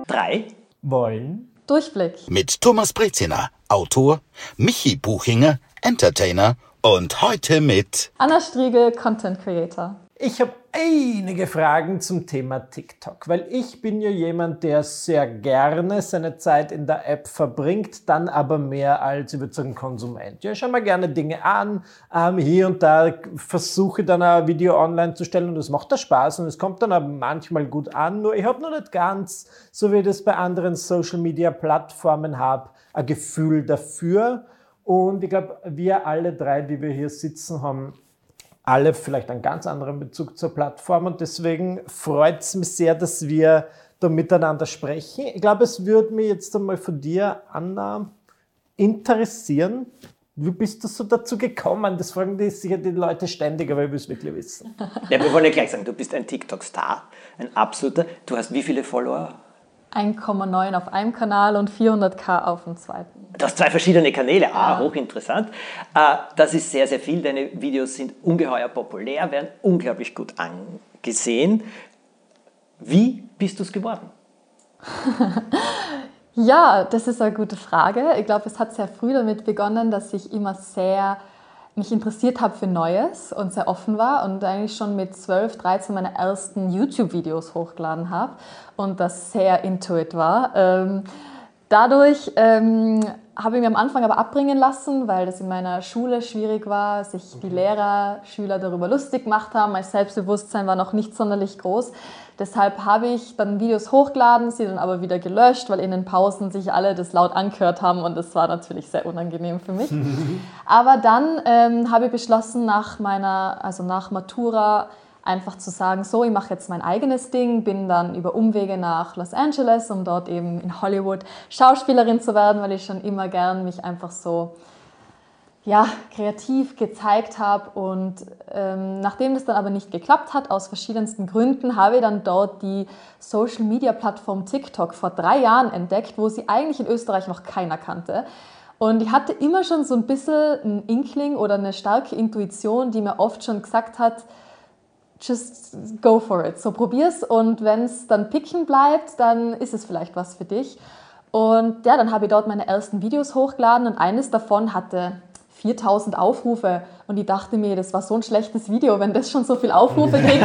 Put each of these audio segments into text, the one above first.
3 wollen Durchblick mit Thomas Breziner, Autor, Michi Buchinger, Entertainer und heute mit Anna Striegel, Content Creator. Ich habe einige Fragen zum Thema TikTok, weil ich bin ja jemand, der sehr gerne seine Zeit in der App verbringt, dann aber mehr als, ich würde sagen, Konsument. Ja, ich schaue mir gerne Dinge an, hier und da versuche dann ein Video online zu stellen und das macht da Spaß und es kommt dann aber manchmal gut an, nur ich habe noch nicht ganz, so wie ich das bei anderen Social-Media-Plattformen habe, ein Gefühl dafür und ich glaube, wir alle drei, die wir hier sitzen, haben alle vielleicht einen ganz anderen Bezug zur Plattform und deswegen freut es mich sehr, dass wir da miteinander sprechen. Ich glaube, es würde mich jetzt einmal von dir, Anna, interessieren. Wie bist du so dazu gekommen? Das fragen die sicher die Leute ständig, aber ich will es wirklich wissen. Ja, wir wollen ja gleich sagen, du bist ein TikTok-Star, ein absoluter. Du hast wie viele Follower? 1,9 auf einem Kanal und 400.000 auf dem zweiten. Du hast 2 verschiedene Kanäle, hochinteressant. Das ist sehr, sehr viel. Deine Videos sind ungeheuer populär, werden unglaublich gut angesehen. Wie bist du es geworden? Ja, das ist eine gute Frage. Ich glaube, es hat sehr früh damit begonnen, dass ich immer sehr mich interessiert habe für Neues und sehr offen war und eigentlich schon mit 12, 13 meine ersten YouTube-Videos hochgeladen habe und das sehr into it war. Dadurch habe ich mir am Anfang aber abbringen lassen, weil das in meiner Schule schwierig war, sich die Lehrer, Schüler darüber lustig gemacht haben. Mein Selbstbewusstsein war noch nicht sonderlich groß. Deshalb habe ich dann Videos hochgeladen, sie dann aber wieder gelöscht, weil in den Pausen sich alle das laut angehört haben und das war natürlich sehr unangenehm für mich. Aber dann habe ich beschlossen, nach Matura einfach zu sagen, so, ich mache jetzt mein eigenes Ding, bin dann über Umwege nach Los Angeles, um dort eben in Hollywood Schauspielerin zu werden, weil ich schon immer gern mich einfach so kreativ gezeigt habe und nachdem das dann aber nicht geklappt hat, aus verschiedensten Gründen, habe ich dann dort die Social-Media-Plattform TikTok vor 3 Jahren entdeckt, wo sie eigentlich in Österreich noch keiner kannte. Und ich hatte immer schon so ein bisschen einen Inkling oder eine starke Intuition, die mir oft schon gesagt hat, just go for it, so probier's und wenn es dann picken bleibt, dann ist es vielleicht was für dich. Und ja, dann habe ich dort meine ersten Videos hochgeladen und eines davon hatte 4.000 Aufrufe und ich dachte mir, das war so ein schlechtes Video, wenn das schon so viele Aufrufe kriegt.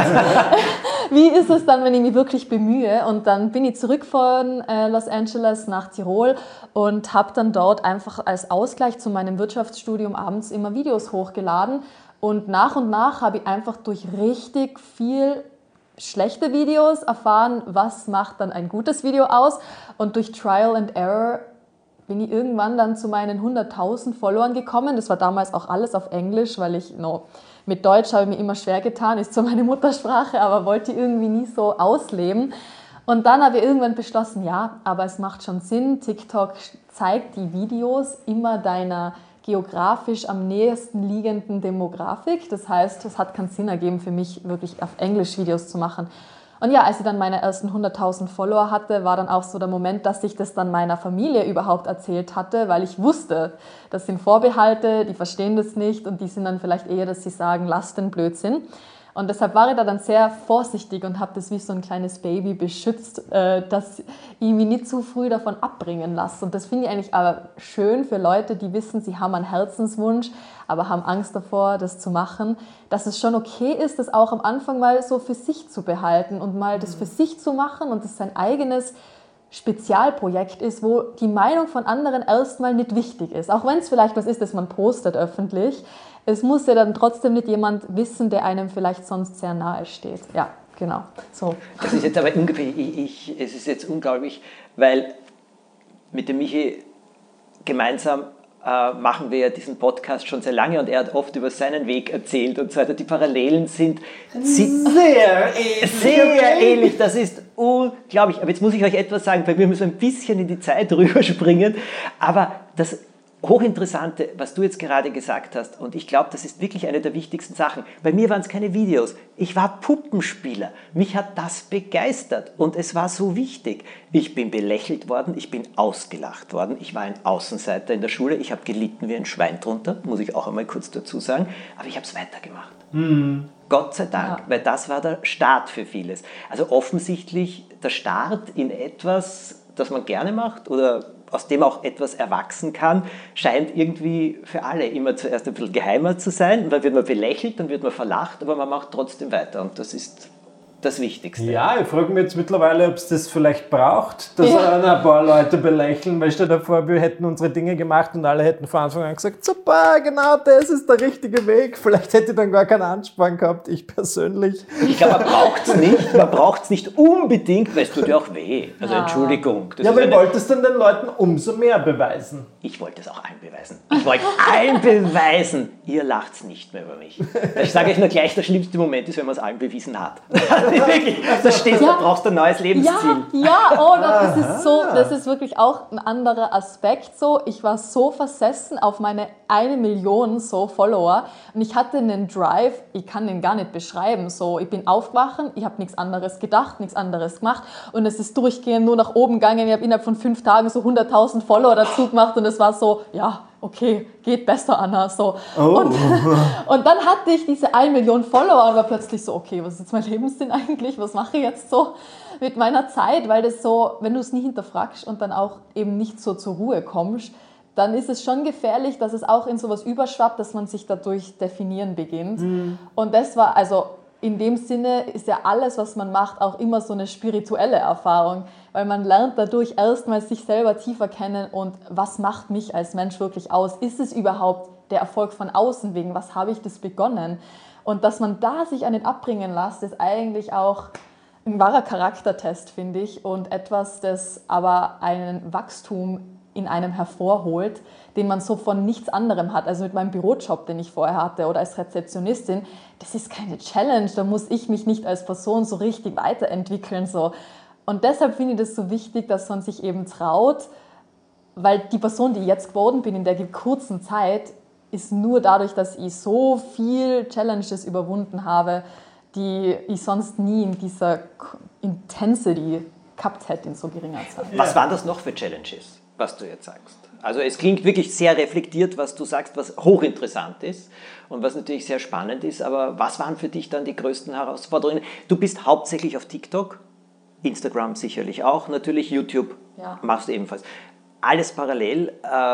Wie ist es dann, wenn ich mich wirklich bemühe? Und dann bin ich zurück von Los Angeles nach Tirol und habe dann dort einfach als Ausgleich zu meinem Wirtschaftsstudium abends immer Videos hochgeladen. Und nach habe ich einfach durch richtig viel schlechte Videos erfahren, was macht dann ein gutes Video aus. Und durch Trial and Error bin ich irgendwann dann zu meinen 100.000 Followern gekommen. Das war damals auch alles auf Englisch, weil mit Deutsch habe ich mir immer schwer getan, ist zwar meine Muttersprache, aber wollte irgendwie nie so ausleben. Und dann habe ich irgendwann beschlossen, ja, aber es macht schon Sinn, TikTok zeigt die Videos immer deiner geografisch am nächsten liegenden Demografik. Das heißt, es hat keinen Sinn ergeben für mich, wirklich auf Englisch Videos zu machen. Und ja, als ich dann meine ersten 100.000 Follower hatte, war dann auch so der Moment, dass ich das dann meiner Familie überhaupt erzählt hatte, weil ich wusste, das sind Vorbehalte, die verstehen das nicht und die sind dann vielleicht eher, dass sie sagen, lass den Blödsinn. Und deshalb war ich da dann sehr vorsichtig und habe das wie so ein kleines Baby beschützt, dass ich mich nicht zu früh davon abbringen lasse. Und das finde ich eigentlich aber schön für Leute, die wissen, sie haben einen Herzenswunsch, aber haben Angst davor, das zu machen, dass es schon okay ist, das auch am Anfang mal so für sich zu behalten und mal das für sich zu machen und das sein eigenes Spezialprojekt ist, wo die Meinung von anderen erstmal nicht wichtig ist. Auch wenn es vielleicht was ist, das man postet öffentlich. Es muss ja dann trotzdem nicht jemand wissen, der einem vielleicht sonst sehr nahe steht. Ja, genau. So. Das ist jetzt aber ungefähr, es ist jetzt unglaublich, weil mit dem Michi gemeinsam machen wir ja diesen Podcast schon sehr lange und er hat oft über seinen Weg erzählt und so weiter. Die Parallelen sind sehr ähnlich. Das ist unglaublich. Aber jetzt muss ich euch etwas sagen, weil wir müssen ein bisschen in die Zeit rüberspringen. Aber das Hochinteressante, was du jetzt gerade gesagt hast, und ich glaube, das ist wirklich eine der wichtigsten Sachen. Bei mir waren es keine Videos. Ich war Puppenspieler. Mich hat das begeistert und es war so wichtig. Ich bin belächelt worden, ich bin ausgelacht worden, ich war ein Außenseiter in der Schule, ich habe gelitten wie ein Schwein drunter, muss ich auch einmal kurz dazu sagen, aber ich habe es weitergemacht. Gott sei Dank, weil das war der Start für vieles. Also offensichtlich der Start in etwas, das man gerne macht oder aus dem auch etwas erwachsen kann, scheint irgendwie für alle immer zuerst ein bisschen geheimer zu sein. Und dann wird man belächelt, dann wird man verlacht, aber man macht trotzdem weiter. Und das ist das Wichtigste. Ja, ich frage mich jetzt mittlerweile, ob es das vielleicht braucht, dass ein paar Leute belächeln, weil stell dir vor, wir hätten unsere Dinge gemacht und alle hätten von Anfang an gesagt, super, genau das ist der richtige Weg. Vielleicht hätte ich dann gar keinen Ansporn gehabt, ich persönlich. Ich glaube, man braucht es nicht unbedingt, weil es tut ja auch weh. Also Entschuldigung. Ja, aber ich wollte es dann den Leuten umso mehr beweisen. Ich wollte es auch allen beweisen. Ich wollte allen beweisen, ihr lacht nicht mehr über mich. Ich sage euch nur gleich, der schlimmste Moment ist, wenn man es allen bewiesen hat. Wirklich, da stehst du, da brauchst du ein neues Lebensziel. Das ist wirklich auch ein anderer Aspekt so. Ich war so versessen auf meine 1 Million so Follower und ich hatte einen Drive, ich kann den gar nicht beschreiben. So, ich bin aufgewacht, ich habe nichts anderes gedacht, nichts anderes gemacht und es ist durchgehend nur nach oben gegangen. Ich habe innerhalb von 5 Tagen so 100.000 Follower dazu gemacht und es war so, ja, okay, geht besser, Anna. So. Oh. Und dann hatte ich diese 1 Million Follower und war plötzlich so, okay, was ist jetzt mein Lebenssinn eigentlich? Was mache ich jetzt so mit meiner Zeit? Weil das so, wenn du es nie hinterfragst und dann auch eben nicht so zur Ruhe kommst, dann ist es schon gefährlich, dass es auch in sowas überschwappt, dass man sich dadurch definieren beginnt. Und das war, also in dem Sinne ist ja alles, was man macht, auch immer so eine spirituelle Erfahrung, weil man lernt dadurch erstmal sich selber tiefer kennen und was macht mich als Mensch wirklich aus? Ist es überhaupt der Erfolg von außen wegen? Was habe ich das begonnen? Und dass man da sich an den abbringen lässt, ist eigentlich auch ein wahrer Charaktertest, finde ich, und etwas, das aber einen Wachstum in einem hervorholt, den man so von nichts anderem hat. Also mit meinem Bürojob, den ich vorher hatte oder als Rezeptionistin, das ist keine Challenge, da muss ich mich nicht als Person so richtig weiterentwickeln. So. Und deshalb finde ich das so wichtig, dass man sich eben traut, weil die Person, die ich jetzt geworden bin in der kurzen Zeit, ist nur dadurch, dass ich so viel Challenges überwunden habe, die ich sonst nie in dieser Intensity gehabt hätte in so geringer Zeit. Was waren das noch für Challenges, was du jetzt sagst? Also es klingt wirklich sehr reflektiert, was du sagst, was hochinteressant ist und was natürlich sehr spannend ist, aber was waren für dich dann die größten Herausforderungen? Du bist hauptsächlich auf TikTok, Instagram sicherlich auch, natürlich YouTube machst du ebenfalls. Alles parallel,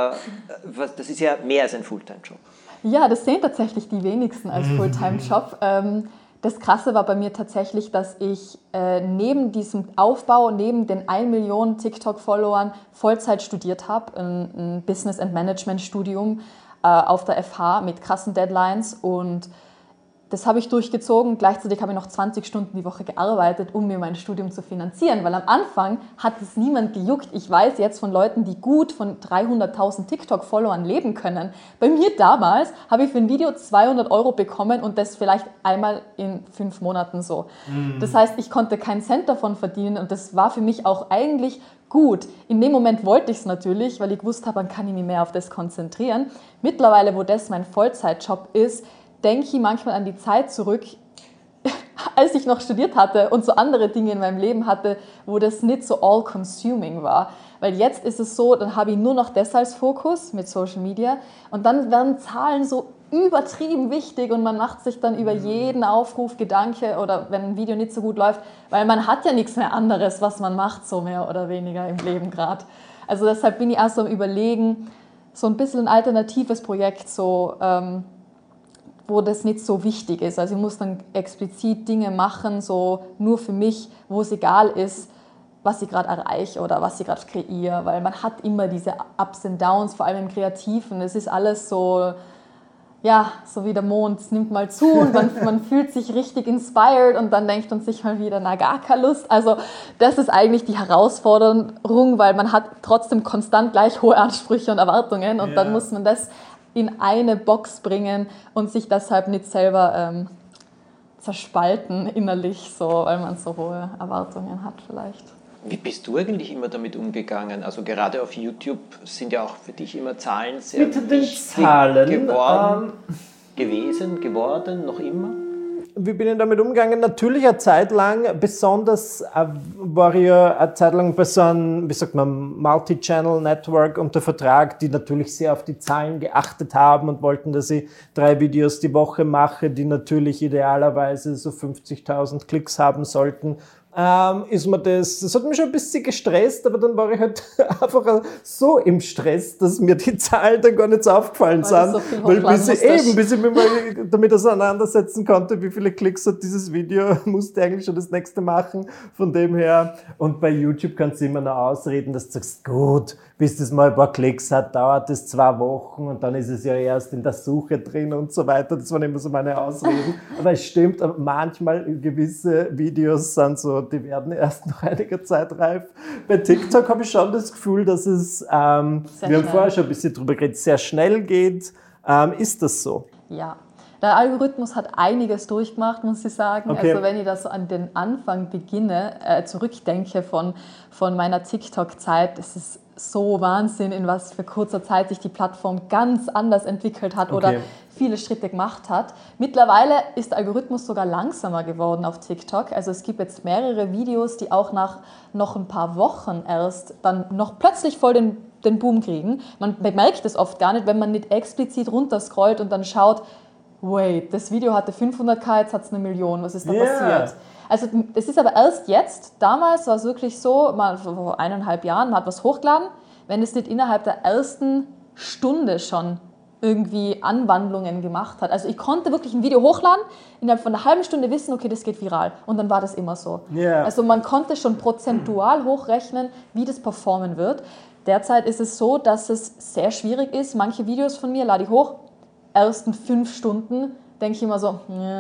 das ist ja mehr als ein Fulltime-Job. Ja, das sehen tatsächlich die wenigsten als Fulltime-Job. Das Krasse war bei mir tatsächlich, dass ich neben diesem Aufbau, neben den 1 Million TikTok-Followern Vollzeit studiert habe, ein Business- and Management-Studium auf der FH mit krassen Deadlines und das habe ich durchgezogen. Gleichzeitig habe ich noch 20 Stunden die Woche gearbeitet, um mir mein Studium zu finanzieren, weil am Anfang hat es niemand gejuckt. Ich weiß jetzt von Leuten, die gut von 300.000 TikTok-Followern leben können. Bei mir damals habe ich für ein Video 200 € bekommen und das vielleicht einmal in 5 Monaten so. Das heißt, ich konnte keinen Cent davon verdienen und das war für mich auch eigentlich gut. In dem Moment wollte ich es natürlich, weil ich gewusst habe, dann kann ich mich mehr auf das konzentrieren. Mittlerweile, wo das mein Vollzeitjob ist, denke ich manchmal an die Zeit zurück, als ich noch studiert hatte und so andere Dinge in meinem Leben hatte, wo das nicht so all-consuming war. Weil jetzt ist es so, dann habe ich nur noch das als Fokus mit Social Media und dann werden Zahlen so übertrieben wichtig und man macht sich dann über jeden Aufruf Gedanke oder wenn ein Video nicht so gut läuft, weil man hat ja nichts mehr anderes, was man macht, so mehr oder weniger im Leben gerade. Also deshalb bin ich auch so am Überlegen, so ein bisschen ein alternatives Projekt, so wo das nicht so wichtig ist. Also ich muss dann explizit Dinge machen, so nur für mich, wo es egal ist, was ich gerade erreiche oder was ich gerade kreiere, weil man hat immer diese Ups und Downs, vor allem im Kreativen. Es ist alles so, ja, so wie der Mond, es nimmt mal zu und man fühlt sich richtig inspired und dann denkt man sich mal wieder, na gar keine Lust. Also das ist eigentlich die Herausforderung, weil man hat trotzdem konstant gleich hohe Ansprüche und Erwartungen und dann muss man das in eine Box bringen und sich deshalb nicht selber zerspalten innerlich, so, weil man so hohe Erwartungen hat vielleicht. Wie bist du eigentlich immer damit umgegangen? Also gerade auf YouTube sind ja auch für dich immer Zahlen sehr mit den wichtig Zahlen geworden, noch immer? wie bin ich damit umgegangen? Natürlich eine Zeit lang, besonders war ich ja eine Zeit lang bei so einem, wie sagt man, Multi-Channel-Network unter Vertrag, die natürlich sehr auf die Zahlen geachtet haben und wollten, dass ich 3 Videos die Woche mache, die natürlich idealerweise so 50.000 Klicks haben sollten. Ist mir das hat mich schon ein bisschen gestresst, aber dann war ich halt einfach so im Stress, dass mir die Zahlen dann gar nicht so aufgefallen sind. Weil bis ich mich mal damit auseinandersetzen konnte, wie viele Klicks hat dieses Video, musste eigentlich schon das nächste machen. Von dem her, und bei YouTube kannst du immer noch ausreden, dass du sagst, gut, bis das mal ein paar Klicks hat, dauert es 2 Wochen und dann ist es ja erst in der Suche drin und so weiter. Das waren immer so meine Ausreden. Aber es stimmt, manchmal gewisse Videos sind so, die werden erst nach einiger Zeit reif. Bei TikTok habe ich schon das Gefühl, dass es, wir haben vorher schon ein bisschen drüber geredet, sehr schnell geht. Ist das so? Ja. Der Algorithmus hat einiges durchgemacht, muss ich sagen. Okay. Also wenn ich da so an den Anfang zurückdenke von meiner TikTok-Zeit, es ist so Wahnsinn, in was für kurzer Zeit sich die Plattform ganz anders entwickelt hat oder viele Schritte gemacht hat. Mittlerweile ist der Algorithmus sogar langsamer geworden auf TikTok. Also es gibt jetzt mehrere Videos, die auch nach noch ein paar Wochen erst dann noch plötzlich voll den Boom kriegen. Man bemerkt es oft gar nicht, wenn man nicht explizit runterscrollt und dann schaut, wait, das Video hatte 500.000, jetzt hat es 1 Million, was ist da passiert? Also das ist aber erst jetzt, damals war es wirklich so, mal vor 1,5 Jahren, man hat was hochgeladen, wenn es nicht innerhalb der ersten Stunde schon irgendwie Anwandlungen gemacht hat. Also ich konnte wirklich ein Video hochladen, innerhalb von einer halben Stunde wissen, okay, das geht viral. Und dann war das immer so. Yeah. Also man konnte schon prozentual hochrechnen, wie das performen wird. Derzeit ist es so, dass es sehr schwierig ist. Manche Videos von mir lade ich hoch, ersten 5 Stunden denke ich immer so,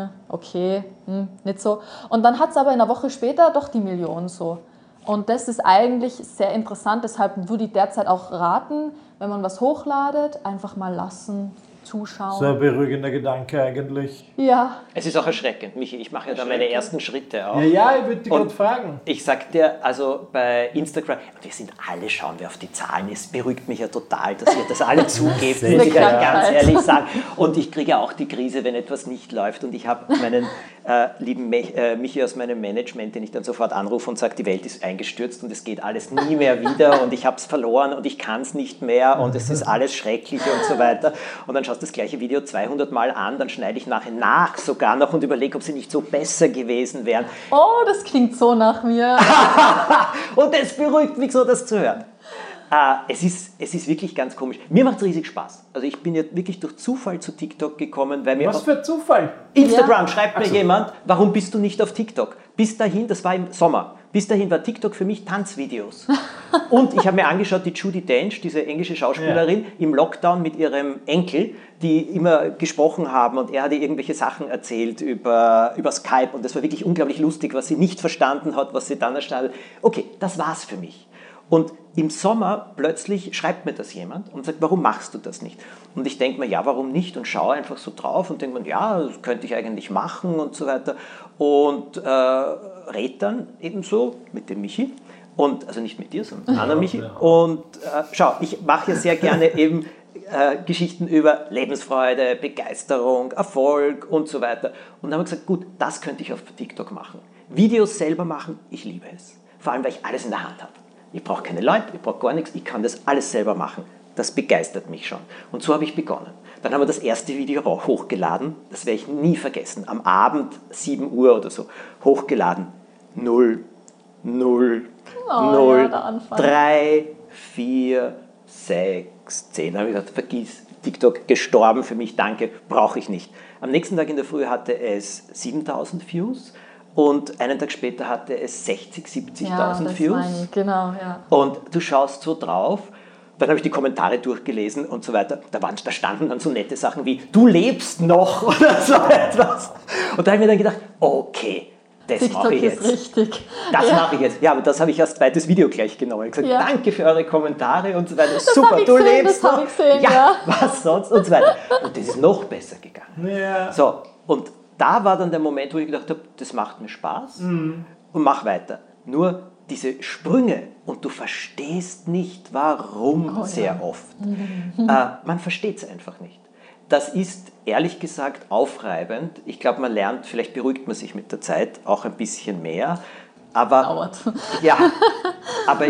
okay, nicht so. Und dann hat es aber in einer Woche später doch die Million so. Und das ist eigentlich sehr interessant, deshalb würde ich derzeit auch raten, wenn man was hochladet, einfach mal lassen, zuschauen. So ein beruhigender Gedanke eigentlich. Ja. Es ist auch erschreckend, Michi. Ich mache ja da meine ersten Schritte auch. Ja, ich würde dich gerade fragen. Ich sag dir, also bei Instagram, schauen wir auf die Zahlen, es beruhigt mich ja total, dass ihr das alle zugebt, muss ich ja ganz ehrlich sagen. Und ich kriege ja auch die Krise, wenn etwas nicht läuft. Und ich habe meinen lieben Michi aus meinem Management, den ich dann sofort anrufe und sage, die Welt ist eingestürzt und es geht alles nie mehr wieder und ich habe es verloren und ich kann es nicht mehr und es ist alles schrecklich und so weiter. Und dann schaust du das gleiche Video 200 Mal an, dann schneide ich nachher nach sogar noch und überlege, ob sie nicht so besser gewesen wären. Oh, das klingt so nach mir. Und es beruhigt mich so, das zu hören. Es ist wirklich ganz komisch. Mir macht es riesig Spaß. Also ich bin ja wirklich durch Zufall zu TikTok gekommen, weil mir... Was für Zufall? Instagram schreibt mir jemand, warum bist du nicht auf TikTok? Bis dahin, das war im Sommer, bis dahin war TikTok für mich Tanzvideos. Und ich habe mir angeschaut, die Judi Dench, diese englische Schauspielerin, im Lockdown mit ihrem Enkel, die immer gesprochen haben und er hat ihr irgendwelche Sachen erzählt über Skype und das war wirklich unglaublich lustig, was sie nicht verstanden hat, was sie dann erstellt hat. Okay, das war's für mich. Und im Sommer plötzlich schreibt mir das jemand und sagt, warum machst du das nicht? Und ich denke mir, ja, warum nicht? Und schaue einfach so drauf und denke mir, ja, das könnte ich eigentlich machen und so weiter. Und rede dann ebenso mit dem Michi. Und, also nicht mit dir, sondern mit Anna Michi. Und schau, ich mache ja sehr gerne eben Geschichten über Lebensfreude, Begeisterung, Erfolg und so weiter. Und dann haben wir gesagt, gut, das könnte ich auf TikTok machen. Videos selber machen, ich liebe es. Vor allem, weil ich alles in der Hand habe. Ich brauche keine Leute, ich brauche gar nichts, ich kann das alles selber machen. Das begeistert mich schon. Und so habe ich begonnen. Dann haben wir das erste Video auch hochgeladen, das werde ich nie vergessen, am Abend 7 Uhr oder so, hochgeladen. 0, 0, 0, 3, 4, 6, 10. Da habe ich gesagt, vergiss, TikTok gestorben für mich, danke, brauche ich nicht. Am nächsten Tag in der Früh hatte es 7.000 Views. Und einen Tag später hatte es 60.000, 70.000 Views. Genau, ja. Und du schaust so drauf, dann habe ich die Kommentare durchgelesen und so weiter. Da standen dann so nette Sachen wie, du lebst noch oder so etwas. Und da habe ich mir dann gedacht, okay, das mache ich jetzt. Ist richtig. Das mache ich jetzt. Ja, aber das habe ich als zweites Video gleich genommen. Ich habe gesagt, danke für eure Kommentare und so weiter. Super, du lebst noch. Ja, was sonst und so weiter. Und das ist noch besser gegangen. Ja. So, und da war dann der Moment, wo ich gedacht habe, das macht mir Spaß und mach weiter. Nur diese Sprünge und du verstehst nicht, warum sehr oft. Man versteht es einfach nicht. das ist ehrlich gesagt aufreibend. Ich glaube, man lernt, vielleicht beruhigt man sich mit der Zeit auch ein bisschen mehr. Aber, Dauert. Ja, aber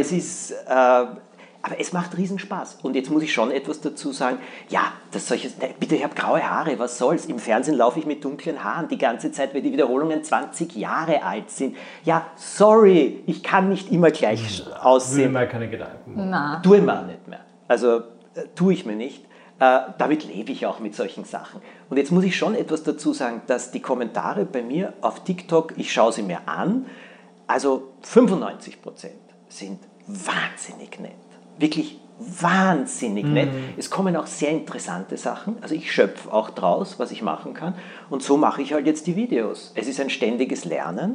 es macht riesen Spaß. Und jetzt muss ich schon etwas dazu sagen. Ja, bitte, ich habe graue Haare, was soll's? Im Fernsehen laufe ich mit dunklen Haaren die ganze Zeit, weil die Wiederholungen 20 Jahre alt sind. Ja, sorry, ich kann nicht immer gleich aussehen. Will mir keine Gedanken machen. Na. Tue ich mir nicht mehr. Also tue ich mir nicht. Damit lebe ich auch mit solchen Sachen. Und jetzt muss ich schon etwas dazu sagen, dass die Kommentare bei mir auf TikTok, ich schaue sie mir an, also 95% sind wahnsinnig nett. Wirklich wahnsinnig nett. Es kommen auch sehr interessante Sachen. Also ich schöpfe auch draus, was ich machen kann. Und so mache ich halt jetzt die Videos. Es ist ein ständiges Lernen.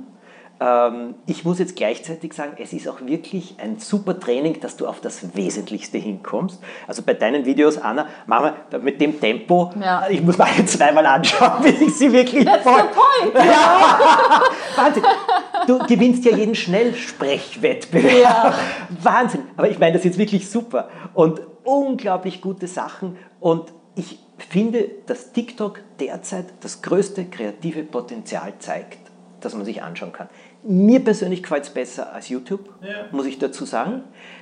Ich muss jetzt gleichzeitig sagen, es ist auch wirklich ein super Training, dass du auf das Wesentlichste hinkommst. Also bei deinen Videos, Anna, machen wir mit dem Tempo, ich muss mal jetzt zweimal anschauen, bis ich sie wirklich That's the point! Wahnsinn! Du gewinnst ja jeden Schnellsprechwettbewerb. Ja. Wahnsinn! Aber ich meine das jetzt wirklich super. Und unglaublich gute Sachen. Und ich finde, dass TikTok derzeit das größte kreative Potenzial zeigt, das man sich anschauen kann. Mir persönlich gefällt es besser als YouTube, muss ich dazu sagen.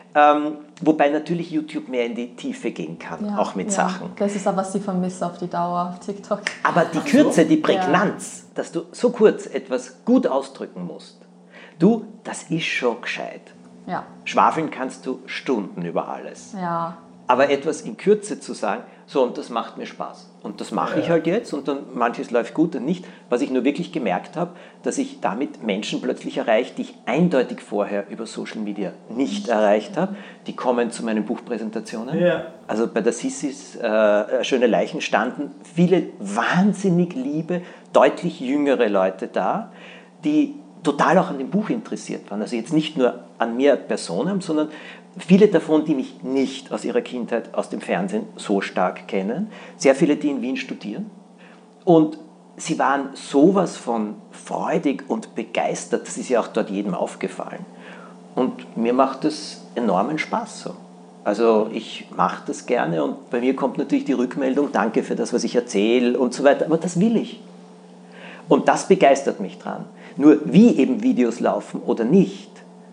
Wobei natürlich YouTube mehr in die Tiefe gehen kann, auch mit Sachen. Das ist aber, was ich vermisse auf die Dauer auf TikTok. Aber die Kürze, die Prägnanz, dass du so kurz etwas gut ausdrücken musst, das ist schon gescheit. Ja. Schwafeln kannst du Stunden über alles. Ja. Aber etwas in Kürze zu sagen, so, und das macht mir Spaß. Und das mache ich halt jetzt und dann manches läuft gut und nicht. Was ich nur wirklich gemerkt habe, dass ich damit Menschen plötzlich erreiche, die ich eindeutig vorher über Social Media nicht erreicht habe. Die kommen zu meinen Buchpräsentationen. Ja. Also bei der Sissis Schöne Leichen standen viele wahnsinnig liebe, deutlich jüngere Leute da, die total auch an dem Buch interessiert waren. Also jetzt nicht nur an mir Personen, sondern viele davon, die mich nicht aus ihrer Kindheit, aus dem Fernsehen so stark kennen. Sehr viele, die in Wien studieren. Und sie waren sowas von freudig und begeistert. Das ist ja auch dort jedem aufgefallen. Und mir macht das enormen Spaß so. Also ich mache das gerne und bei mir kommt natürlich die Rückmeldung, danke für das, was ich erzähle und so weiter. Aber das will ich. Und das begeistert mich dran. Nur wie eben Videos laufen oder nicht,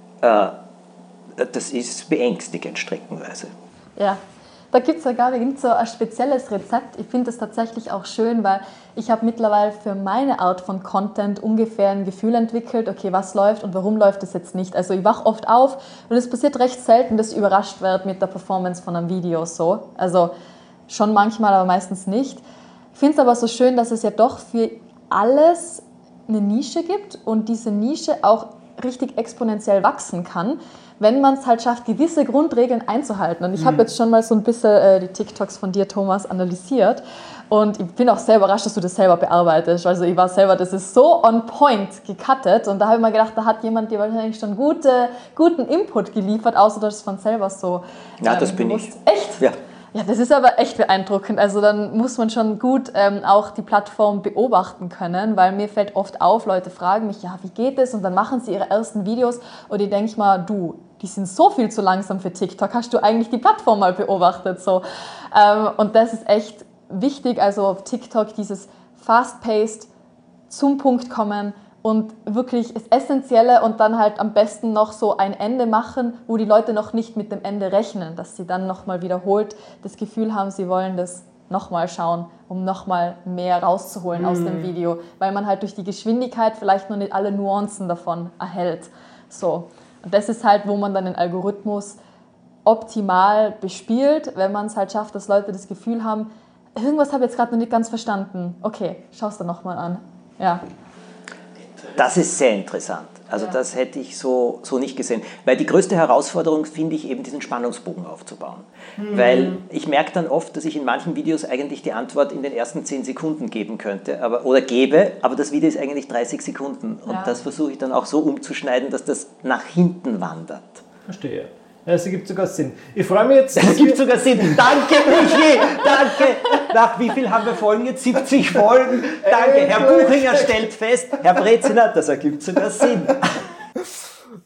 das ist beängstigend streckenweise. Ja, da gibt es ja gar nicht so ein spezielles Rezept. Ich finde das tatsächlich auch schön, weil ich habe mittlerweile für meine Art von Content ungefähr ein Gefühl entwickelt, okay, was läuft und warum läuft es jetzt nicht. Also ich wache oft auf und es passiert recht selten, dass ich überrascht werde mit der Performance von einem Video so. Also schon manchmal, aber meistens nicht. Ich finde es aber so schön, dass es ja doch für alles eine Nische gibt und diese Nische auch richtig exponentiell wachsen kann, wenn man es halt schafft, gewisse Grundregeln einzuhalten. Und ich habe jetzt schon mal so ein bisschen die TikToks von dir, Thomas, analysiert und ich bin auch sehr überrascht, dass du das selber bearbeitest. Also ich war selber, das ist so on point gecuttet und da habe ich mir gedacht, da hat jemand dir wahrscheinlich schon guten Input geliefert, außer dass es von selber so ja, das bin ich. Echt? Ja. Ja, das ist aber echt beeindruckend. Also dann muss man schon gut auch die Plattform beobachten können, weil mir fällt oft auf, Leute fragen mich, ja, wie geht es? Und dann machen sie ihre ersten Videos und ich denke mal, die sind so viel zu langsam für TikTok. Hast du eigentlich die Plattform mal beobachtet? So. Und das ist echt wichtig, also auf TikTok dieses fast-paced, zum Punkt kommen und wirklich das Essentielle und dann halt am besten noch so ein Ende machen, wo die Leute noch nicht mit dem Ende rechnen, dass sie dann nochmal wiederholt das Gefühl haben, sie wollen das nochmal schauen, um nochmal mehr rauszuholen aus dem Video, weil man halt durch die Geschwindigkeit vielleicht noch nicht alle Nuancen davon erhält. So. Und das ist halt, wo man dann den Algorithmus optimal bespielt, wenn man es halt schafft, dass Leute das Gefühl haben, irgendwas habe ich jetzt gerade noch nicht ganz verstanden. Okay, schau es dann nochmal an. Ja. Das ist sehr interessant. Also das hätte ich so nicht gesehen. Weil die größte Herausforderung finde ich eben, diesen Spannungsbogen aufzubauen. Weil ich merke dann oft, dass ich in manchen Videos eigentlich die Antwort in den ersten 10 Sekunden geben könnte oder gebe, aber das Video ist eigentlich 30 Sekunden. Und das versuche ich dann auch so umzuschneiden, dass das nach hinten wandert. Verstehe. Ja, es ergibt sogar Sinn. Ich freue mich jetzt. Es ergibt sogar Sinn. Danke, Michi. Danke. Nach wie viel haben wir Folgen jetzt? 70 Folgen. Danke. Herr Buchinger stellt fest, Herr Breziner, das ergibt sogar Sinn.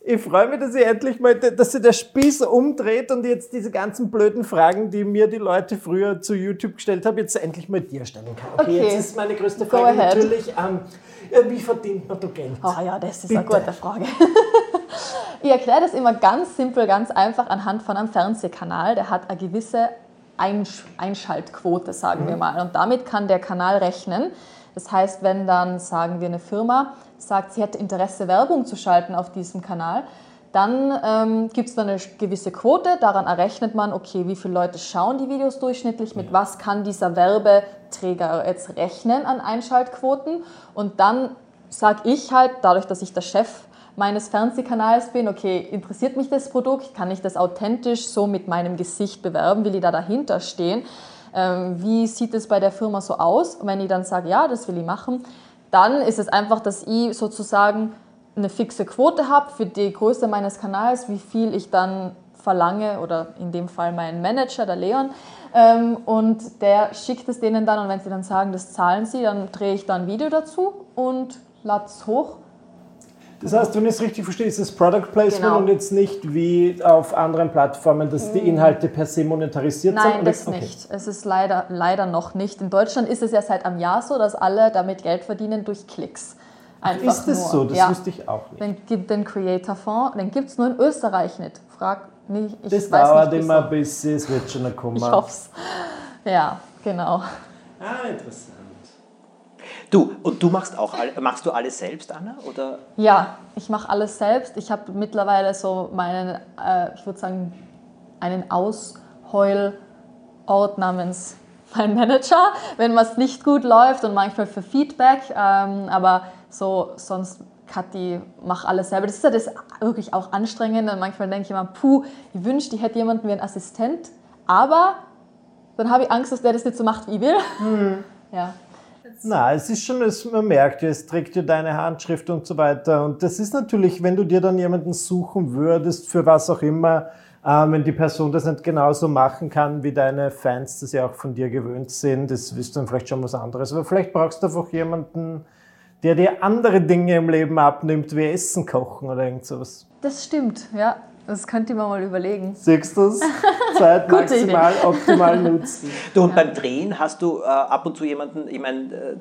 Ich freue mich, dass ihr endlich mal, dass sich der Spieß umdreht und jetzt diese ganzen blöden Fragen, die mir die Leute früher zu YouTube gestellt haben, jetzt endlich mal dir stellen kann. Okay, jetzt ist meine größte Frage natürlich, wie verdient man da Geld? Oh ja, das ist eine gute Frage. Ich erkläre das immer ganz simpel, ganz einfach anhand von einem Fernsehkanal. Der hat eine gewisse Einschaltquote, sagen wir mal. Und damit kann der Kanal rechnen. Das heißt, wenn dann, sagen wir, eine Firma sagt, sie hätte Interesse, Werbung zu schalten auf diesem Kanal, dann gibt es dann eine gewisse Quote. Daran errechnet man, okay, wie viele Leute schauen die Videos durchschnittlich, mit was kann dieser Werbeträger jetzt rechnen an Einschaltquoten. Und dann sage ich halt, dadurch, dass ich der Chef meines Fernsehkanals bin, okay, interessiert mich das Produkt, kann ich das authentisch so mit meinem Gesicht bewerben, will ich da dahinter stehen, wie sieht es bei der Firma so aus? Und wenn ich dann sage, ja, das will ich machen, dann ist es einfach, dass ich sozusagen eine fixe Quote habe für die Größe meines Kanals, wie viel ich dann verlange, oder in dem Fall mein Manager, der Leon, und der schickt es denen dann, und wenn sie dann sagen, das zahlen sie, dann drehe ich da ein Video dazu und lade es hoch. Das heißt, wenn ich es richtig verstehe, ist es Product Placement Genau. und jetzt nicht wie auf anderen Plattformen, dass die Inhalte per se monetarisiert sind? Nein, das nicht. Es ist leider noch nicht. In Deutschland ist es ja seit einem Jahr so, dass alle damit Geld verdienen durch Klicks. Einfach ist das so? Das wusste ich auch nicht. Dann gibt den Creator-Fonds, den gibt es nur in Österreich nicht. Frag nicht, ich Das weiß dauert nicht, immer wieso. ein bisschen, es wird schon kommen. Ich hoffe es. Ja, genau. Interessant. Machst du alles selbst, Anna? Oder? Ja, ich mache alles selbst. Ich habe mittlerweile so meinen, ich würde sagen, einen Ausheulort namens mein Manager, wenn was nicht gut läuft, und manchmal für Feedback. Aber so sonst, Kathi, mach alles selber. Das ist ja das wirklich auch anstrengend. Und manchmal denke ich immer, ich wünschte, ich hätte jemanden wie einen Assistent. Aber dann habe ich Angst, dass der das nicht so macht, wie ich will. Ja. Na, es ist schon, man merkt, es trägt dir deine Handschrift und so weiter. Und das ist natürlich, wenn du dir dann jemanden suchen würdest, für was auch immer, wenn die Person das nicht genauso machen kann, wie deine Fans das ja auch von dir gewöhnt sind, das ist dann vielleicht schon was anderes. Aber vielleicht brauchst du einfach jemanden, der dir andere Dinge im Leben abnimmt, wie Essen kochen oder irgend sowas. Das stimmt, ja. Das könnt ihr mir mal überlegen. Siehst du es? Zeit maximal optimal nutzen. Du, und beim Drehen hast du ab und zu jemanden, ich meine,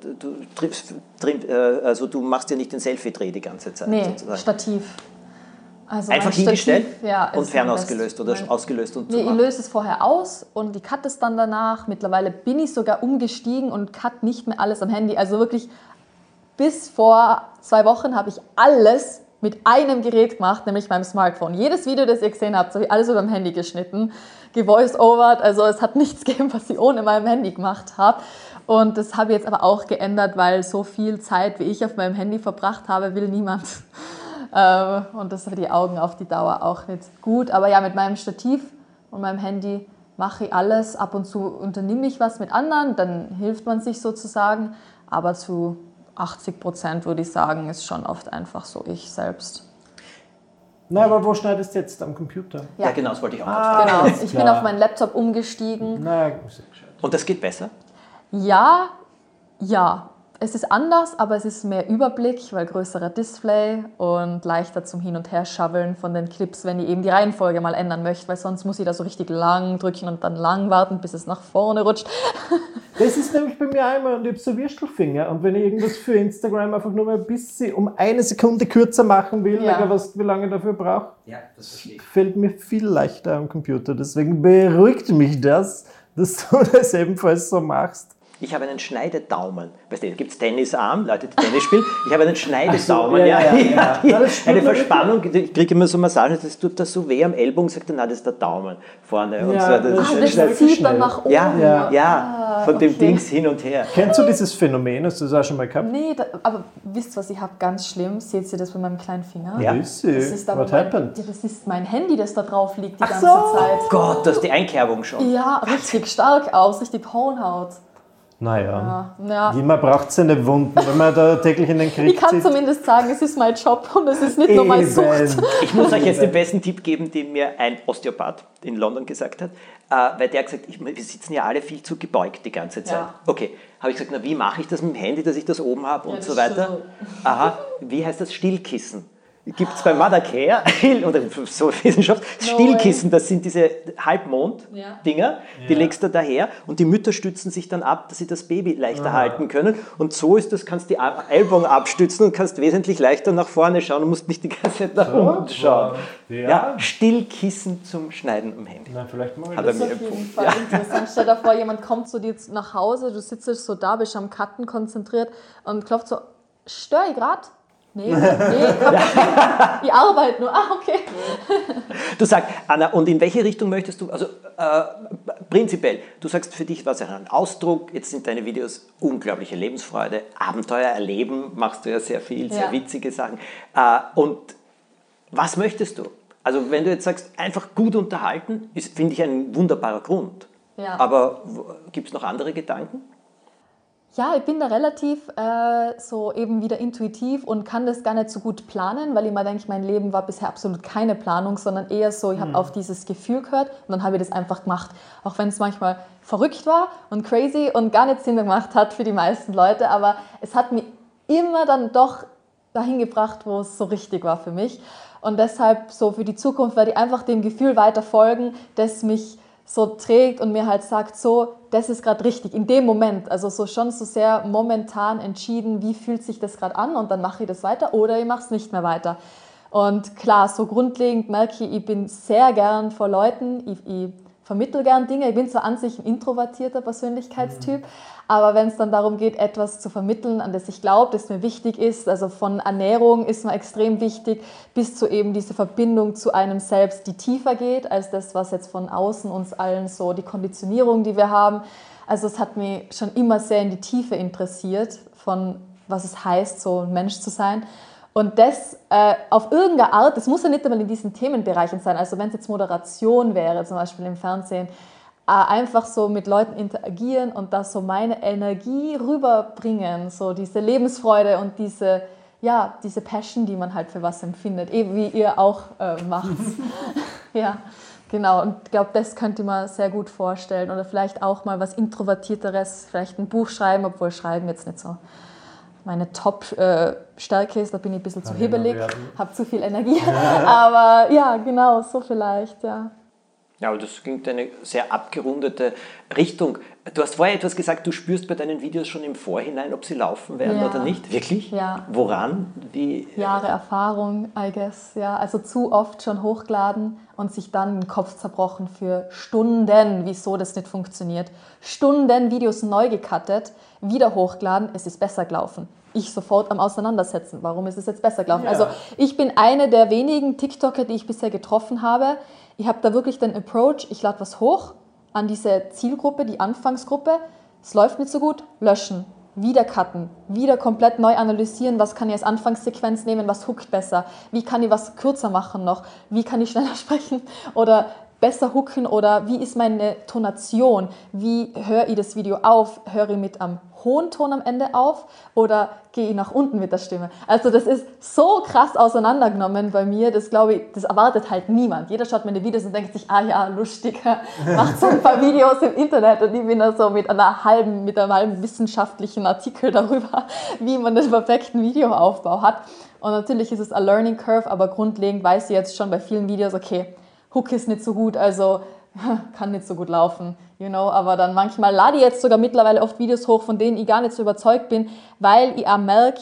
du machst ja nicht den Selfie-Dreh die ganze Zeit. Nee, sozusagen. Stativ. Also einfach mein hingestellt Stativ, ja, und ist fernausgelöst oder ausgelöst und Nee, ich löse es vorher aus und ich cutte es dann danach. Mittlerweile bin ich sogar umgestiegen und cut nicht mehr alles am Handy. Also wirklich, bis vor 2 Wochen habe ich alles mit einem Gerät gemacht, nämlich meinem Smartphone. Jedes Video, das ihr gesehen habt, habe ich alles über dem Handy geschnitten, gevoice-overt. Also es hat nichts gegeben, was ich ohne meinem Handy gemacht habe. Und das habe ich jetzt aber auch geändert, weil so viel Zeit, wie ich auf meinem Handy verbracht habe, will niemand. Und das ist für die Augen auf die Dauer auch nicht gut. Aber ja, mit meinem Stativ und meinem Handy mache ich alles. Ab und zu unternehme ich was mit anderen, dann hilft man sich sozusagen. Aber zu 80% würde ich sagen, ist schon oft einfach so ich selbst. Na, aber wo schneidest du jetzt? Am Computer? Ja, genau, das wollte ich auch gerade fragen. Genau, ich bin auf meinen Laptop umgestiegen. Na, Und das geht besser? Ja. Es ist anders, aber es ist mehr Überblick, weil größerer Display und leichter zum Hin- und Her-Shoveln von den Clips, wenn ich eben die Reihenfolge mal ändern möchte, weil sonst muss ich da so richtig lang drücken und dann lang warten, bis es nach vorne rutscht. Das ist nämlich bei mir einmal, und ich habe so Würstelfinger. Und wenn ich irgendwas für Instagram einfach nur mal ein bisschen um 1 Sekunde kürzer machen will, wie lange ich dafür brauche, fällt mir viel leichter am Computer. Deswegen beruhigt mich das, dass du das ebenfalls so machst. Ich habe einen Schneidedaumen. Weißt du, da gibt es Tennisarm, Leute, die Tennis spielen. Ich habe einen Schneidedaumen. Eine Verspannung. Ich kriege immer so Massagen, das tut das so weh am Ellbogen. Sagt er, nein, das ist der Daumen vorne. Und so. Das zieht dann nach oben. Von dem Dings hin und her. Kennst du dieses Phänomen? Hast du das auch schon mal gehabt? Nee, aber wisst ihr, was ich habe? Ganz schlimm. Seht ihr das bei meinem kleinen Finger? Ja. Das ist aber What happened? das ist mein Handy, das da drauf liegt die ganze so. Zeit. Oh Gott, das ist die Einkerbung schon. Ja, richtig stark aus, richtig Hornhaut. Naja, Ja. man braucht seine Wunden, wenn man da täglich in den Krieg Ich kann zieht. zumindest sagen, es ist mein Job und es ist nicht nur meine Sucht. Ich muss euch jetzt den besten Tipp geben, den mir ein Osteopath in London gesagt hat, weil der hat gesagt, wir sitzen ja alle viel zu gebeugt die ganze Zeit. Ja. Okay, habe ich gesagt, wie mache ich das mit dem Handy, dass ich das oben habe und das so weiter? so. Aha, wie heißt das? Stillkissen. gibt es bei Mother Care oder so Wissenschaft, Stillkissen, das sind diese Halbmond-Dinger, die legst du daher und die Mütter stützen sich dann ab, dass sie das Baby leichter halten können. Und so ist das, kannst die Ellbogen abstützen und kannst wesentlich leichter nach vorne schauen und musst nicht die ganze Zeit nach unten schauen. Ja, Stillkissen zum Schneiden am Handy. Na, vielleicht mal Das ist auf jeden Fall interessant. Stell dir vor, jemand kommt zu dir nach Hause, du sitzt so da, bist am Cutten konzentriert und klopft so, störe ich gerade? Nee, ich arbeite nur. Ah, okay. Du sagst, Anna, und in welche Richtung möchtest du, also prinzipiell, du sagst, für dich war es ein Ausdruck, jetzt sind deine Videos unglaubliche Lebensfreude, Abenteuer erleben, machst du ja sehr viel, sehr witzige Sachen. Und was möchtest du? Also wenn du jetzt sagst, einfach gut unterhalten, finde ich ein wunderbarer Grund. Ja. Aber gibt es noch andere Gedanken? Ja, ich bin da relativ so eben wieder intuitiv und kann das gar nicht so gut planen, weil ich mir denke, mein Leben war bisher absolut keine Planung, sondern eher so, ich habe auf dieses Gefühl gehört und dann habe ich das einfach gemacht. Auch wenn es manchmal verrückt war und crazy und gar nicht Sinn gemacht hat für die meisten Leute, aber es hat mich immer dann doch dahin gebracht, wo es so richtig war für mich. Und deshalb so für die Zukunft werde ich einfach dem Gefühl weiter folgen, das mich so trägt und mir halt sagt, so, das ist gerade richtig, in dem Moment, also so schon so sehr momentan entschieden, wie fühlt sich das gerade an und dann mache ich das weiter oder ich mache es nicht mehr weiter. Und klar, so grundlegend merke ich bin sehr gern vor Leuten, ich vermittle gern Dinge, ich bin zwar an sich ein introvertierter Persönlichkeitstyp, aber wenn es dann darum geht, etwas zu vermitteln, an das ich glaube, das mir wichtig ist, also von Ernährung ist mir extrem wichtig, bis zu eben diese Verbindung zu einem selbst, die tiefer geht, als das, was jetzt von außen uns allen so, die Konditionierung, die wir haben. Also es hat mich schon immer sehr in die Tiefe interessiert, von was es heißt, so ein Mensch zu sein. Und das auf irgendeine Art, das muss ja nicht einmal in diesen Themenbereichen sein, also wenn es jetzt Moderation wäre, zum Beispiel im Fernsehen, einfach so mit Leuten interagieren und da so meine Energie rüberbringen, so diese Lebensfreude und diese Passion, die man halt für was empfindet, eben wie ihr auch macht. Ja, genau. Und ich glaube, das könnte man sehr gut vorstellen. Oder vielleicht auch mal was Introvertierteres, vielleicht ein Buch schreiben, obwohl Schreiben jetzt nicht so meine Top-Stärke ist, da bin ich ein bisschen zu hibbelig, habe zu viel Energie. Aber ja, genau, so vielleicht, ja. Ja, aber das klingt eine sehr abgerundete Richtung. Du hast vorher etwas gesagt, du spürst bei deinen Videos schon im Vorhinein, ob sie laufen werden oder nicht. Wirklich? Ja. Woran? Wie? Jahre Erfahrung, I guess. Ja, also zu oft schon hochgeladen und sich dann den Kopf zerbrochen für Stunden, wieso das nicht funktioniert. Stunden Videos neu gecuttet, wieder hochgeladen, es ist besser gelaufen. Ich sofort am Auseinandersetzen. Warum ist es jetzt besser gelaufen? Ja. Also ich bin eine der wenigen TikToker, die ich bisher getroffen habe. Ich habe da wirklich den Approach, ich lade was hoch an diese Zielgruppe, die Anfangsgruppe. Es läuft nicht so gut, löschen, wieder cutten, wieder komplett neu analysieren, was kann ich als Anfangssequenz nehmen, was hookt besser, wie kann ich was kürzer machen noch, wie kann ich schneller sprechen oder besser hooken oder wie ist meine Tonation, wie höre ich das Video auf, höre ich mit am hohen Ton am Ende auf oder gehe ich nach unten mit der Stimme. Also das ist so krass auseinandergenommen bei mir, das glaube ich, das erwartet halt niemand. Jeder schaut meine Videos und denkt sich, ah ja, lustig, macht so ein paar Videos im Internet und ich bin da so mit einem halben wissenschaftlichen Artikel darüber, wie man den perfekten Videoaufbau hat. Und natürlich ist es ein Learning Curve, aber grundlegend weiß ich jetzt schon bei vielen Videos, okay, Hook ist nicht so gut, also kann nicht so gut laufen, you know, aber dann manchmal lade ich jetzt sogar mittlerweile oft Videos hoch, von denen ich gar nicht so überzeugt bin, weil ich auch merke,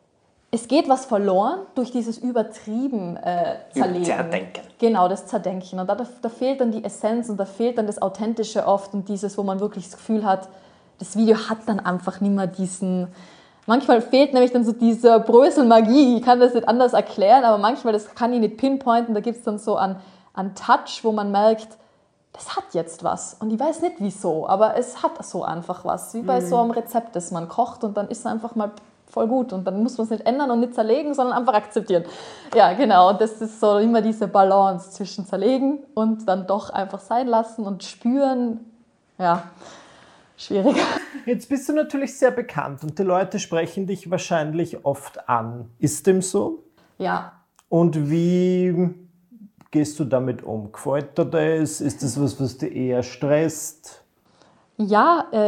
es geht was verloren durch dieses übertrieben Zerlegen. Zerdenken. Genau, das Zerdenken. Und da fehlt dann die Essenz und da fehlt dann das Authentische oft und dieses, wo man wirklich das Gefühl hat, das Video hat dann einfach nicht mehr diesen... Manchmal fehlt nämlich dann so diese Brösel-Magie, ich kann das nicht anders erklären, aber manchmal, das kann ich nicht pinpointen, da gibt es dann so an Touch, wo man merkt, das hat jetzt was. Und ich weiß nicht wieso, aber es hat so einfach was. Wie bei so einem Rezept, das man kocht und dann ist es einfach mal voll gut. Und dann muss man es nicht ändern und nicht zerlegen, sondern einfach akzeptieren. Ja, genau. Und das ist so immer diese Balance zwischen zerlegen und dann doch einfach sein lassen und spüren. Ja, schwierig. Jetzt bist du natürlich sehr bekannt und die Leute sprechen dich wahrscheinlich oft an. Ist dem so? Ja. Und wie gehst du damit um? Gefällt dir das? Ist das was dich eher stresst? Ja,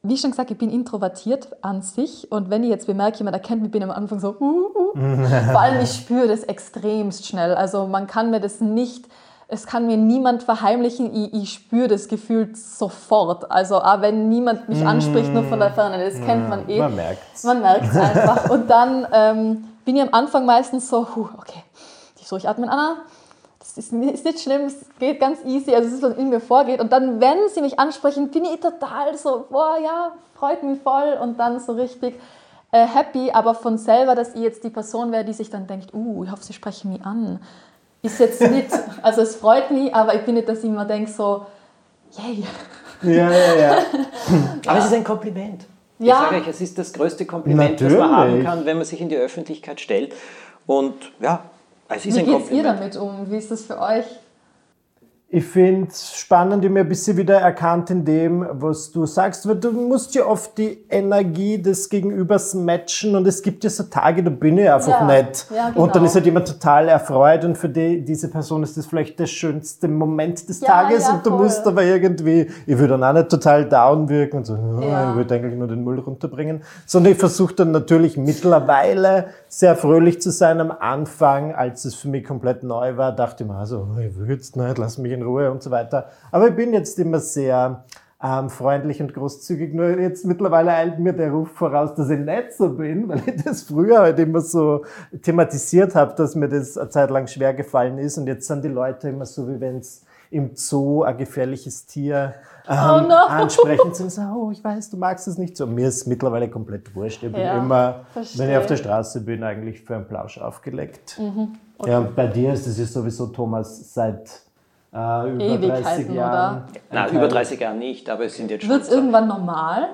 wie schon gesagt, ich bin introvertiert an sich und wenn ich jetzt bemerke, jemand erkennt mich, bin ich am Anfang so, Vor allem, ich spüre das extremst schnell. Also man kann mir das nicht, es kann mir niemand verheimlichen, ich spüre das Gefühl sofort. Also auch wenn niemand mich anspricht, nur von der Ferne, das kennt man eh. Man merkt's. Man merkt es einfach. Und dann bin ich am Anfang meistens so, okay, tief durchatmen, Anna. Das ist nicht schlimm, es geht ganz easy, also es ist, was in mir vorgeht. Und dann, wenn sie mich ansprechen, bin ich total so, boah, ja, freut mich voll. Und dann so richtig happy, aber von selber, dass ich jetzt die Person wäre, die sich dann denkt, ich hoffe, sie sprechen mich an. Ist jetzt nicht, also es freut mich, aber ich bin nicht, dass ich immer denke so, yay. Ja. Aber es ist ein Kompliment. Ja. Ich sage euch, es ist das größte Kompliment, Natürlich. das man haben kann, wenn man sich in die Öffentlichkeit stellt. Und ja, es ist Wie ein geht Kompliment. ihr damit um? Wie ist das für euch? Ich finde es spannend, ich habe mir ein bisschen wieder erkannt in dem, was du sagst, weil du musst ja oft die Energie des Gegenübers matchen und es gibt ja so Tage, da bin ich einfach nicht. Ja, genau. Und dann ist halt jemand total erfreut und für diese Person ist das vielleicht der schönste Moment des Ja, Tages ja, und du voll. musst aber irgendwie, ich will dann auch nicht total down wirken und so, Ja. ich will eigentlich nur den Müll runterbringen, sondern ich versuche dann natürlich mittlerweile sehr fröhlich zu sein. Am Anfang, als es für mich komplett neu war, dachte ich mir also, ich will jetzt nicht, lass mich in Ruhe und so weiter. Aber ich bin jetzt immer sehr freundlich und großzügig. Nur jetzt mittlerweile eilt mir der Ruf voraus, dass ich nicht so bin, weil ich das früher halt immer so thematisiert habe, dass mir das eine Zeit lang schwer gefallen ist. Und jetzt sind die Leute immer so, wie wenn es im Zoo ein gefährliches Tier ansprechen. Und so, ich weiß, du magst es nicht so. Mir ist mittlerweile komplett wurscht. Ich bin immer, wenn ich auf der Straße bin, eigentlich für einen Plausch aufgelegt. Okay. Ja, und bei dir ist es ja sowieso, Thomas, seit über 30 Ewigkeiten, Jahren. Nein, über 30 Jahre nicht, aber es sind jetzt schon Wird es irgendwann normal?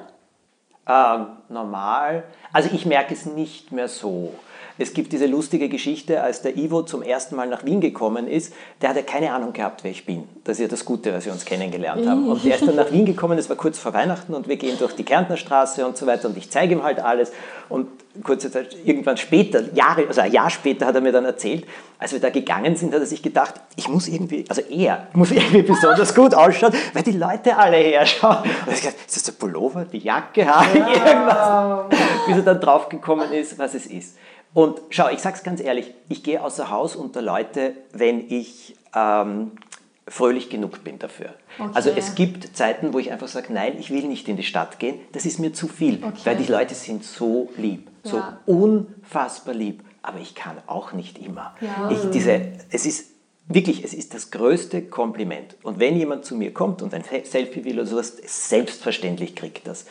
normal. Also ich merke es nicht mehr so. Es gibt diese lustige Geschichte, als der Ivo zum ersten Mal nach Wien gekommen ist, der hat ja keine Ahnung gehabt, wer ich bin. Das ist ja das Gute, was wir uns kennengelernt haben. Und der ist dann nach Wien gekommen, das war kurz vor Weihnachten und wir gehen durch die Kärntner Straße und so weiter und ich zeige ihm halt alles. Und kurze Zeit, irgendwann später, ein Jahr später hat er mir dann erzählt, als wir da gegangen sind, hat er sich gedacht, er muss irgendwie besonders gut ausschauen, weil die Leute alle herschauen. Und er hat gesagt, ist das der Pullover, die Jacke, irgendwas? Bis er dann draufgekommen ist, was es ist. Und schau, ich sag's ganz ehrlich, ich gehe außer Haus unter Leute, wenn ich fröhlich genug bin dafür. Okay. Also es gibt Zeiten, wo ich einfach sage, nein, ich will nicht in die Stadt gehen, das ist mir zu viel, weil die Leute sind so lieb, so unfassbar lieb, aber ich kann auch nicht immer. Ja. Es ist das größte Kompliment. Und wenn jemand zu mir kommt und ein Selfie will oder sowas, selbstverständlich kriegt das.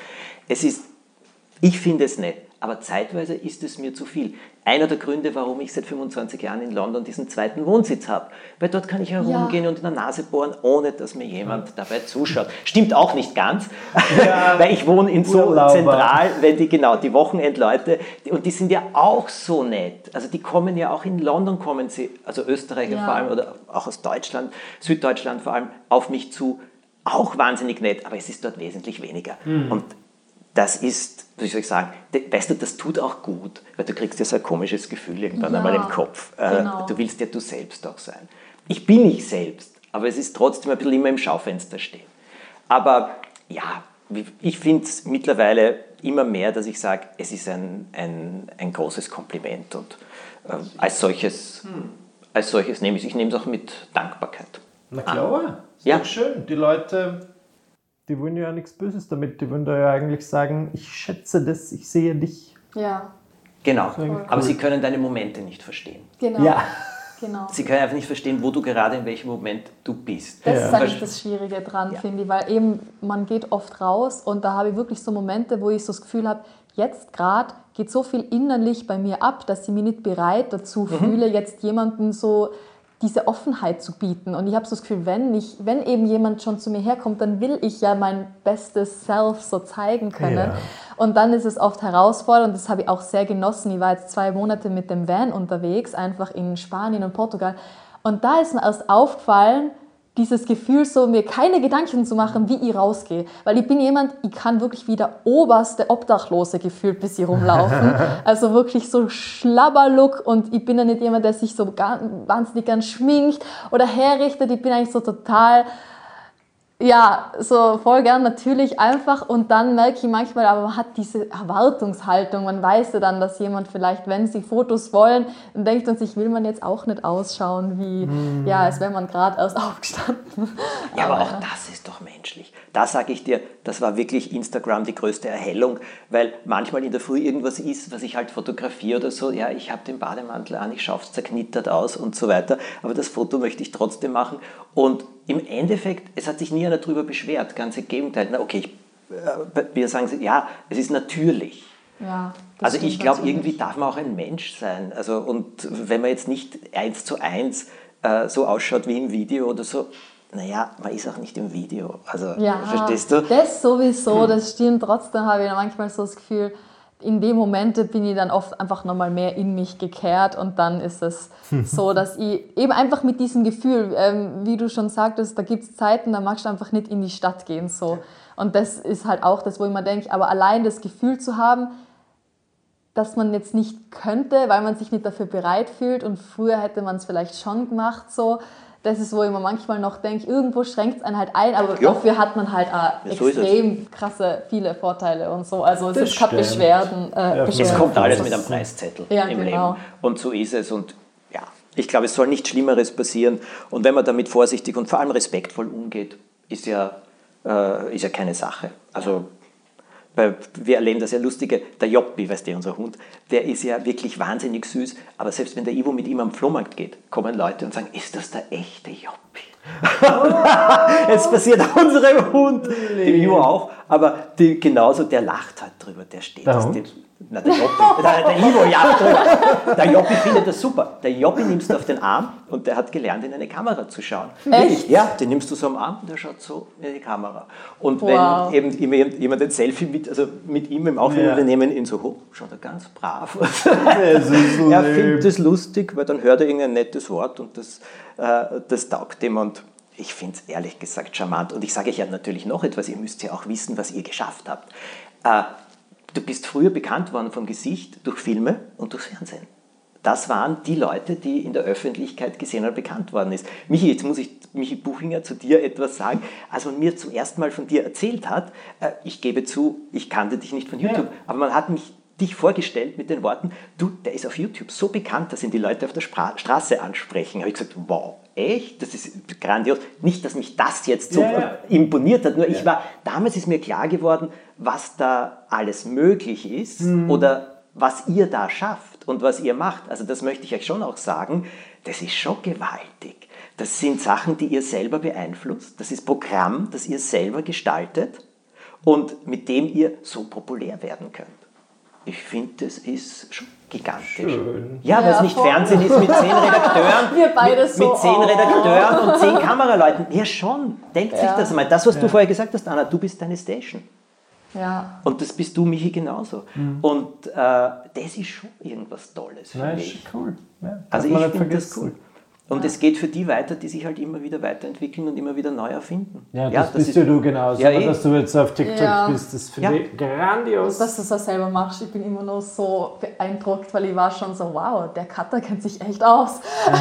Ich finde es nett, aber zeitweise ist es mir zu viel. Einer der Gründe, warum ich seit 25 Jahren in London diesen zweiten Wohnsitz habe. Weil dort kann ich herumgehen und in der Nase bohren, ohne dass mir jemand dabei zuschaut. Stimmt auch nicht ganz, weil ich wohne in so zentral, wenn die Wochenendleute, und die sind ja auch so nett. Also die kommen ja auch in London, kommen sie, also Österreicher vor allem oder auch aus Deutschland, Süddeutschland vor allem, auf mich zu. Auch wahnsinnig nett, aber es ist dort wesentlich weniger. Und das ist, wie soll ich sagen, weißt du, das tut auch gut, weil du kriegst ja so ein komisches Gefühl irgendwann einmal im Kopf. Genau. Du willst ja du selbst auch sein. Ich bin nicht selbst, aber es ist trotzdem ein bisschen immer im Schaufenster stehen. Aber ja, ich finde es mittlerweile immer mehr, dass ich sage, es ist ein großes Kompliment und als solches nehme ich nehme es auch mit Dankbarkeit. Na klar, ist Ja. doch schön. Die Leute, die wollen ja nichts Böses damit. Die wollen da ja eigentlich sagen, ich schätze das, ich sehe dich. Ja, Genau, Cool. aber sie können deine Momente nicht verstehen. genau. Ja. Genau. Sie können einfach nicht verstehen, wo du gerade in welchem Moment du bist. Das Ja. ist eigentlich das Schwierige dran, finde ich, weil eben man geht oft raus und da habe ich wirklich so Momente, wo ich so das Gefühl habe, jetzt gerade geht so viel innerlich bei mir ab, dass ich mich nicht bereit dazu fühle, jetzt jemandem so diese Offenheit zu bieten. Und ich habe so das Gefühl, wenn eben jemand schon zu mir herkommt, dann will ich ja mein bestes Self so zeigen können. Ja. Und dann ist es oft herausfordernd, und das habe ich auch sehr genossen. Ich war jetzt 2 Monate mit dem Van unterwegs, einfach in Spanien und Portugal. Und da ist mir erst aufgefallen, dieses Gefühl, so mir keine Gedanken zu machen, wie ich rausgehe. Weil ich bin jemand, ich kann wirklich wie der oberste Obdachlose gefühlt bis hier rumlaufen. Also wirklich so Schlabberlook, und ich bin ja nicht jemand, der sich so wahnsinnig gern schminkt oder herrichtet. Ich bin eigentlich so total Ja, so voll gern natürlich einfach und dann merke ich manchmal, aber man hat diese Erwartungshaltung, man weiß ja dann, dass jemand vielleicht, wenn sie Fotos wollen, dann denkt man sich, will man jetzt auch nicht ausschauen wie, ja, als wäre man gerade erst aufgestanden. Ja, aber auch das ist doch menschlich. Da sage ich dir, das war wirklich Instagram die größte Erhellung, weil manchmal in der Früh irgendwas ist, was ich halt fotografiere oder so, ja, ich habe den Bademantel an, ich schaue es zerknittert aus und so weiter, aber das Foto möchte ich trotzdem machen und im Endeffekt, es hat sich nie einer darüber beschwert, ganz im Gegenteil. Na okay, wir sagen, ja, es ist natürlich. Ja, Also ich glaube, irgendwie darf man auch ein Mensch sein. Also, und wenn man jetzt nicht 1:1 so ausschaut wie im Video oder so, naja, man ist auch nicht im Video. Also, ja, verstehst du? Das sowieso, das stimmt. Trotzdem habe ich manchmal so das Gefühl, in dem Momente bin ich dann oft einfach nochmal mehr in mich gekehrt und dann ist es so, dass ich eben einfach mit diesem Gefühl, wie du schon sagtest, da gibt es Zeiten, da magst du einfach nicht in die Stadt gehen. So. Und das ist halt auch das, wo ich mir denke, aber allein das Gefühl zu haben, dass man jetzt nicht könnte, weil man sich nicht dafür bereit fühlt und früher hätte man es vielleicht schon gemacht, so. Das ist, wo ich mir manchmal noch denke, irgendwo schränkt es einen halt ein, aber dafür hat man halt so extrem krasse, viele Vorteile und so. Also es Das ist keine stimmt. Beschwerden. Es kommt alles mit einem Preiszettel Ja, im genau. Leben. Und so ist es. Und ja, ich glaube, es soll nichts Schlimmeres passieren. Und wenn man damit vorsichtig und vor allem respektvoll umgeht, ist ja keine Sache. Also weil wir erleben das ja Lustige, der Joppi, weißt du, unser Hund, der ist ja wirklich wahnsinnig süß, aber selbst wenn der Ivo mit ihm am Flohmarkt geht, kommen Leute und sagen, ist das der echte Joppi? Es passiert unserem Hund, dem Ivo auch, aber genauso, der lacht halt drüber, der steht. Der Hund? Der Joppi, der Ivo lacht drüber. Der Joppi findet das super. Der Joppi nimmst du auf den Arm und der hat gelernt, in eine Kamera zu schauen. Echt? Ja, den nimmst du so am Arm und der schaut so in die Kamera. Und wenn eben jemand ein Selfie mit ihm im Aufnehmen, wir nehmen ihn so hoch, schaut er ganz brav. Er findet das lustig, weil dann hört er irgendein nettes Wort und das taugt ihm. Und ich finde es ehrlich gesagt charmant. Und ich sage euch ja natürlich noch etwas, ihr müsst ja auch wissen, was ihr geschafft habt. Du bist früher bekannt worden vom Gesicht durch Filme und durchs Fernsehen. Das waren die Leute, die in der Öffentlichkeit gesehen oder bekannt worden ist. Michi, jetzt muss ich, Michi Buchinger, zu dir etwas sagen. Als man mir zum ersten Mal von dir erzählt hat, ich gebe zu, ich kannte dich nicht von YouTube, aber man hat dich vorgestellt mit den Worten, du, der ist auf YouTube so bekannt, dass ihn die Leute auf der Straße ansprechen. Da habe ich gesagt, wow, echt? Das ist grandios. Nicht, dass mich das jetzt so imponiert hat, nur damals ist mir klar geworden, was da alles möglich ist oder was ihr da schafft und was ihr macht. Also das möchte ich euch schon auch sagen, das ist schon gewaltig. Das sind Sachen, die ihr selber beeinflusst. Das ist Programm, das ihr selber gestaltet und mit dem ihr so populär werden könnt. Ich finde, das ist schon gigantisch. Schön. Ja, weil es nicht Fernsehen ist mit 10 Redakteuren. Wir beide mit 10 Redakteuren und 10 Kameraleuten. Ja, schon. Denkt sich das mal. Das, was du vorher gesagt hast, Anna, du bist deine Station. Ja. Und das bist du, Michi, genauso. Und das ist schon irgendwas Tolles für mich. Cool. Ja, also ich finde das cool. Und es geht für die weiter, die sich halt immer wieder weiterentwickeln und immer wieder neu erfinden. Ja, das bist ja du genauso. Ja, dass du jetzt auf TikTok bist, das finde ich grandios. Dass du es auch selber machst, ich bin immer noch so beeindruckt, weil ich war schon so, wow, der Cutter kennt sich echt aus.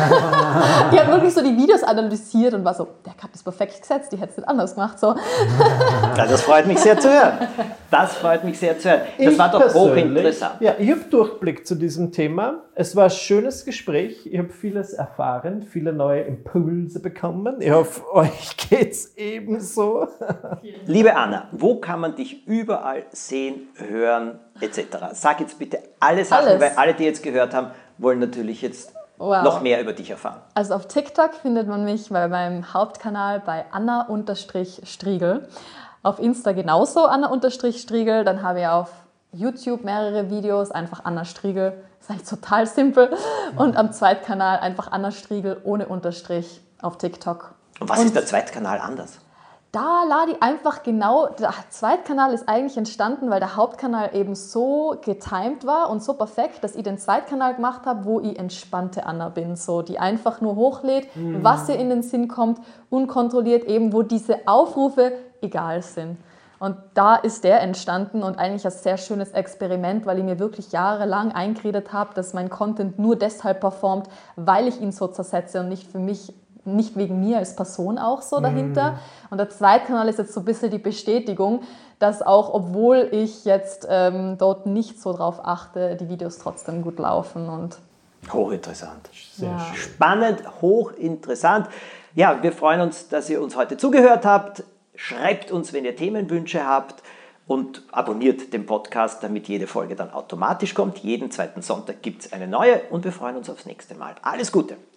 Ich habe wirklich so die Videos analysiert und war so, der Cut ist perfekt gesetzt, die hätte es nicht anders gemacht. So. Ja, das freut mich sehr zu hören. Das freut mich sehr zu hören. Das war doch hochinteressant. Ja, ich habe Durchblick zu diesem Thema. Es war ein schönes Gespräch. Ich habe vieles erfahren, viele neue Impulse bekommen. Ich hoffe, euch geht's ebenso. Liebe Anna, wo kann man dich überall sehen, hören, etc.? Sag jetzt bitte alle Sachen, weil alle, die jetzt gehört haben, wollen natürlich jetzt noch mehr über dich erfahren. Also auf TikTok findet man mich bei meinem Hauptkanal bei Anna_Striegel. Auf Insta genauso Anna_Striegel. Dann habe ich auf YouTube mehrere Videos, einfach Anna Striegel. Das ist eigentlich total simpel. Und am Zweitkanal einfach Anna Striegel ohne Unterstrich auf TikTok. Und was ist der Zweitkanal anders? Da lade ich einfach der Zweitkanal ist eigentlich entstanden, weil der Hauptkanal eben so getimed war und so perfekt, dass ich den Zweitkanal gemacht habe, wo ich entspannte Anna bin, so, die einfach nur hochlädt, was ihr in den Sinn kommt, unkontrolliert eben, wo diese Aufrufe egal sind. Und da ist der entstanden und eigentlich ein sehr schönes Experiment, weil ich mir wirklich jahrelang eingeredet habe, dass mein Content nur deshalb performt, weil ich ihn so zersetze und nicht für mich nicht wegen mir als Person auch so dahinter. Und der zweite Kanal ist jetzt so ein bisschen die Bestätigung, dass auch, obwohl ich jetzt dort nicht so drauf achte, die Videos trotzdem gut laufen. Und hochinteressant. Sehr schön. Spannend, hochinteressant. Ja, wir freuen uns, dass ihr uns heute zugehört habt. Schreibt uns, wenn ihr Themenwünsche habt und abonniert den Podcast, damit jede Folge dann automatisch kommt. Jeden zweiten Sonntag gibt es eine neue und wir freuen uns aufs nächste Mal. Alles Gute!